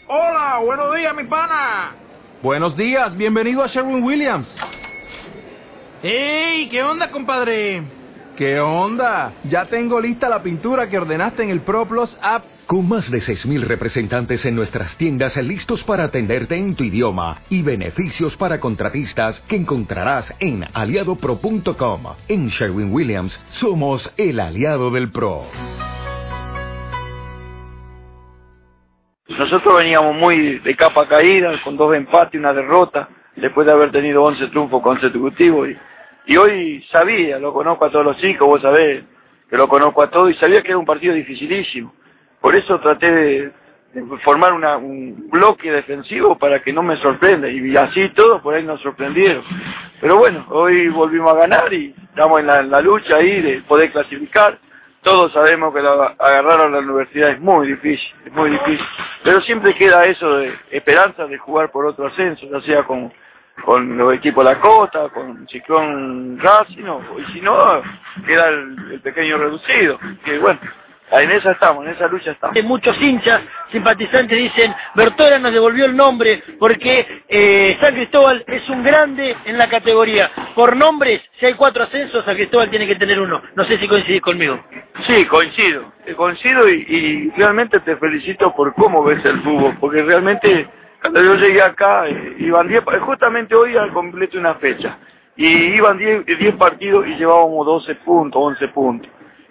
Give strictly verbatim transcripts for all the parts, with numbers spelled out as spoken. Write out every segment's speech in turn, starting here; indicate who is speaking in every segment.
Speaker 1: Hola, buenos días, mi pana.
Speaker 2: Buenos días, bienvenido a Sherwin-Williams.
Speaker 1: ¡Ey! ¿Qué onda, compadre?
Speaker 2: ¿Qué onda? Ya tengo lista la pintura que ordenaste en el ProPlus app.
Speaker 3: Con más de seis mil representantes en nuestras tiendas listos para atenderte en tu idioma y beneficios para contratistas que encontrarás en aliado pro punto com. En Sherwin-Williams somos el aliado del pro.
Speaker 4: Nosotros veníamos muy de capa caída, con dos empates y una derrota, después de haber tenido once triunfos consecutivos. Y, y hoy sabía, lo conozco a todos los chicos, vos sabés que lo conozco a todos, y sabía que era un partido dificilísimo. Por eso traté de, de formar una, un bloque defensivo para que no me sorprenda, y así todos por ahí nos sorprendieron. Pero bueno, hoy volvimos a ganar y estamos en la, en la lucha ahí de poder clasificar. Todos sabemos que la, agarrar a la universidad es muy difícil, es muy difícil. Pero siempre queda eso de esperanza de jugar por otro ascenso, ya sea con, con los equipos de la costa, con Ciclón Racing, no, y si no, queda el, el pequeño reducido. Que bueno, en esa estamos, en esa lucha estamos.
Speaker 5: Muchos hinchas, simpatizantes dicen, Bertola nos devolvió el nombre porque eh, San Cristóbal es un grande en la categoría. Por nombres, si hay cuatro ascensos, San Cristóbal tiene que tener uno. No sé si coincidís conmigo.
Speaker 4: Sí, coincido, coincido y, y realmente te felicito por cómo ves el fútbol, porque realmente cuando yo llegué acá, eh, iban diez, justamente hoy al completo una fecha, y iban diez partidos y llevábamos doce puntos, once puntos.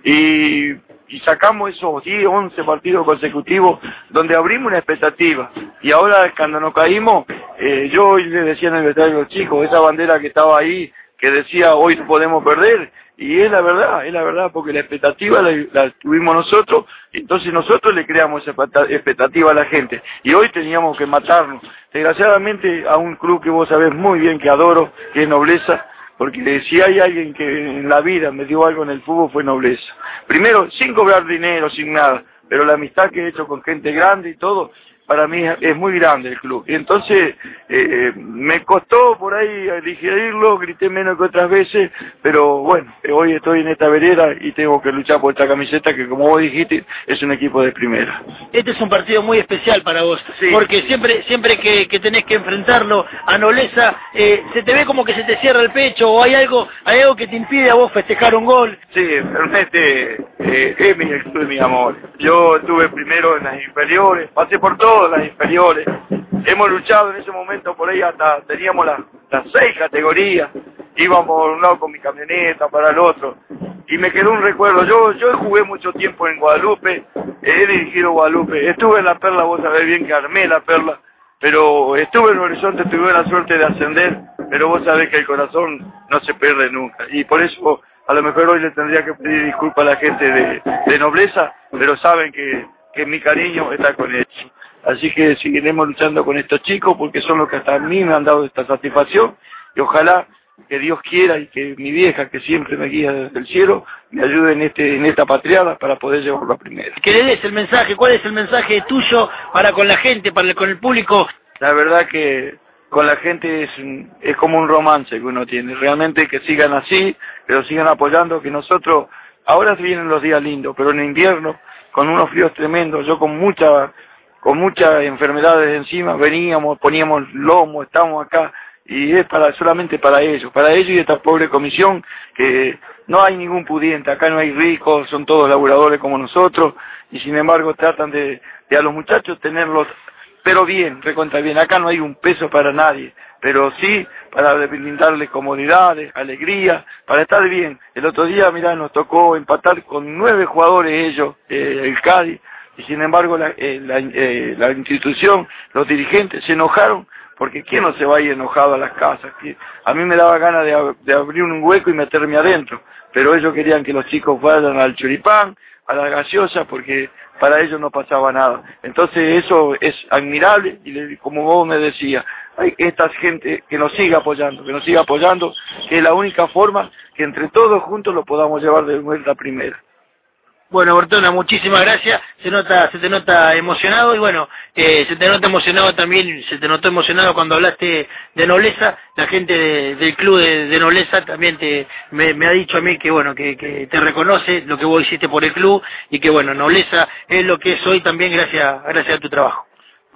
Speaker 4: Y, y sacamos esos diez, once partidos consecutivos donde abrimos una expectativa. Y ahora cuando nos caímos, eh, yo hoy le decía en el vestuario a los chicos, esa bandera que estaba ahí, que decía hoy no podemos perder, y es la verdad, es la verdad, porque la expectativa la, la tuvimos nosotros, y entonces nosotros le creamos esa expectativa a la gente, y hoy teníamos que matarnos. Desgraciadamente a un club que vos sabés muy bien que adoro, que es Nobleza, porque si hay alguien que en la vida me dio algo en el fútbol fue Nobleza. Primero, sin cobrar dinero, sin nada, pero la amistad que he hecho con gente grande y todo, para mí es muy grande el club. Y entonces eh, me costó por ahí digerirlo, grité menos que otras veces, pero bueno, hoy estoy en esta vereda y tengo que luchar por esta camiseta que, como vos dijiste, es un equipo de primera.
Speaker 5: Este es un partido muy especial para vos,
Speaker 4: sí,
Speaker 5: porque siempre siempre que, que tenés que enfrentarlo a Nobleza, eh, se te ve como que se te cierra el pecho, o hay algo hay algo que te impide a vos festejar un gol.
Speaker 4: Sí, realmente eh, es mi, es mi amor. Yo estuve primero en las inferiores, pasé por todo las inferiores, hemos luchado en ese momento por ahí hasta teníamos las, las seis categorías, íbamos por un lado con mi camioneta para el otro, y me quedó un recuerdo. Yo yo jugué mucho tiempo en Guadalupe, he dirigido Guadalupe, estuve en La Perla, vos sabés bien que armé La Perla, pero estuve en Horizonte, tuve la suerte de ascender, pero vos sabés que el corazón no se pierde nunca, y por eso a lo mejor hoy le tendría que pedir disculpas a la gente de, de Nobleza, pero saben que, que mi cariño está con ellos. Así que seguiremos luchando con estos chicos porque son los que hasta a mí me han dado esta satisfacción, y ojalá que Dios quiera y que mi vieja, que siempre me guía desde el cielo, me ayude en este en esta patriada para poder llevarlo a primera.
Speaker 5: Que le des el mensaje, ¿cuál es el mensaje tuyo para con la gente, para con el público?
Speaker 4: La verdad que con la gente es, es como un romance que uno tiene, realmente que sigan así, que lo sigan apoyando, que nosotros, ahora vienen los días lindos, pero en invierno, con unos fríos tremendos, yo con mucha... con muchas enfermedades encima, veníamos, poníamos lomo, estamos acá, y es para solamente para ellos, para ellos y esta pobre comisión, que no hay ningún pudiente, acá no hay ricos, son todos laburadores como nosotros, y sin embargo tratan de, de a los muchachos tenerlos, pero bien, recontra bien, acá no hay un peso para nadie, pero sí para brindarles comodidades, alegría, para estar bien. El otro día, mirá, nos tocó empatar con nueve jugadores ellos, eh, el Cádiz, y sin embargo la, eh, la, eh, la institución, los dirigentes se enojaron, porque ¿quién no se va a ir enojado a las casas? A mí me daba ganas de, de abrir un hueco y meterme adentro, pero ellos querían que los chicos vayan al choripán, a la gaseosa, porque para ellos no pasaba nada. Entonces eso es admirable, y le, como vos me decías, hay esta gente que nos siga apoyando, que nos siga apoyando, que es la única forma que entre todos juntos lo podamos llevar de vuelta a primera.
Speaker 5: Bueno, Bertona, muchísimas gracias. Se nota, se te nota emocionado y bueno, eh, se te nota emocionado también, se te notó emocionado cuando hablaste de Nobleza. La gente de, del club de, de Nobleza también te me, me ha dicho a mí que bueno, que, que te reconoce lo que vos hiciste por el club y que bueno, Nobleza es lo que es hoy también gracias, gracias a tu trabajo.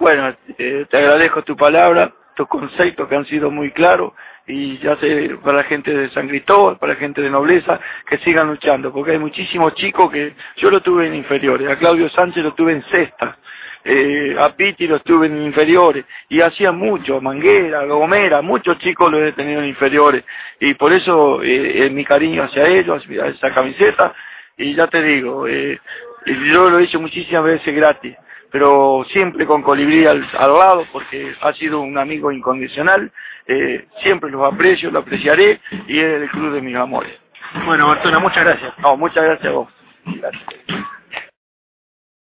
Speaker 4: Bueno, eh, te agradezco tu palabra, tus conceptos que han sido muy claros, y ya sé, para la gente de San Cristóbal, para la gente de Nobleza, que sigan luchando, porque hay muchísimos chicos que yo lo tuve en inferiores, a Claudio Sánchez lo tuve en sexta, eh, a Piti lo tuve en inferiores, y hacía mucho, Manguera, Gomera, muchos chicos los he tenido en inferiores, y por eso eh, mi cariño hacia ellos, hacia esa camiseta, y ya te digo, eh, yo lo he hecho muchísimas veces gratis, pero siempre con Colibrí al, al lado, porque ha sido un amigo incondicional, eh, siempre los aprecio, lo apreciaré, y es el club de mis amores.
Speaker 5: Bueno, Bertona, muchas gracias.
Speaker 4: No, muchas gracias a vos. Gracias.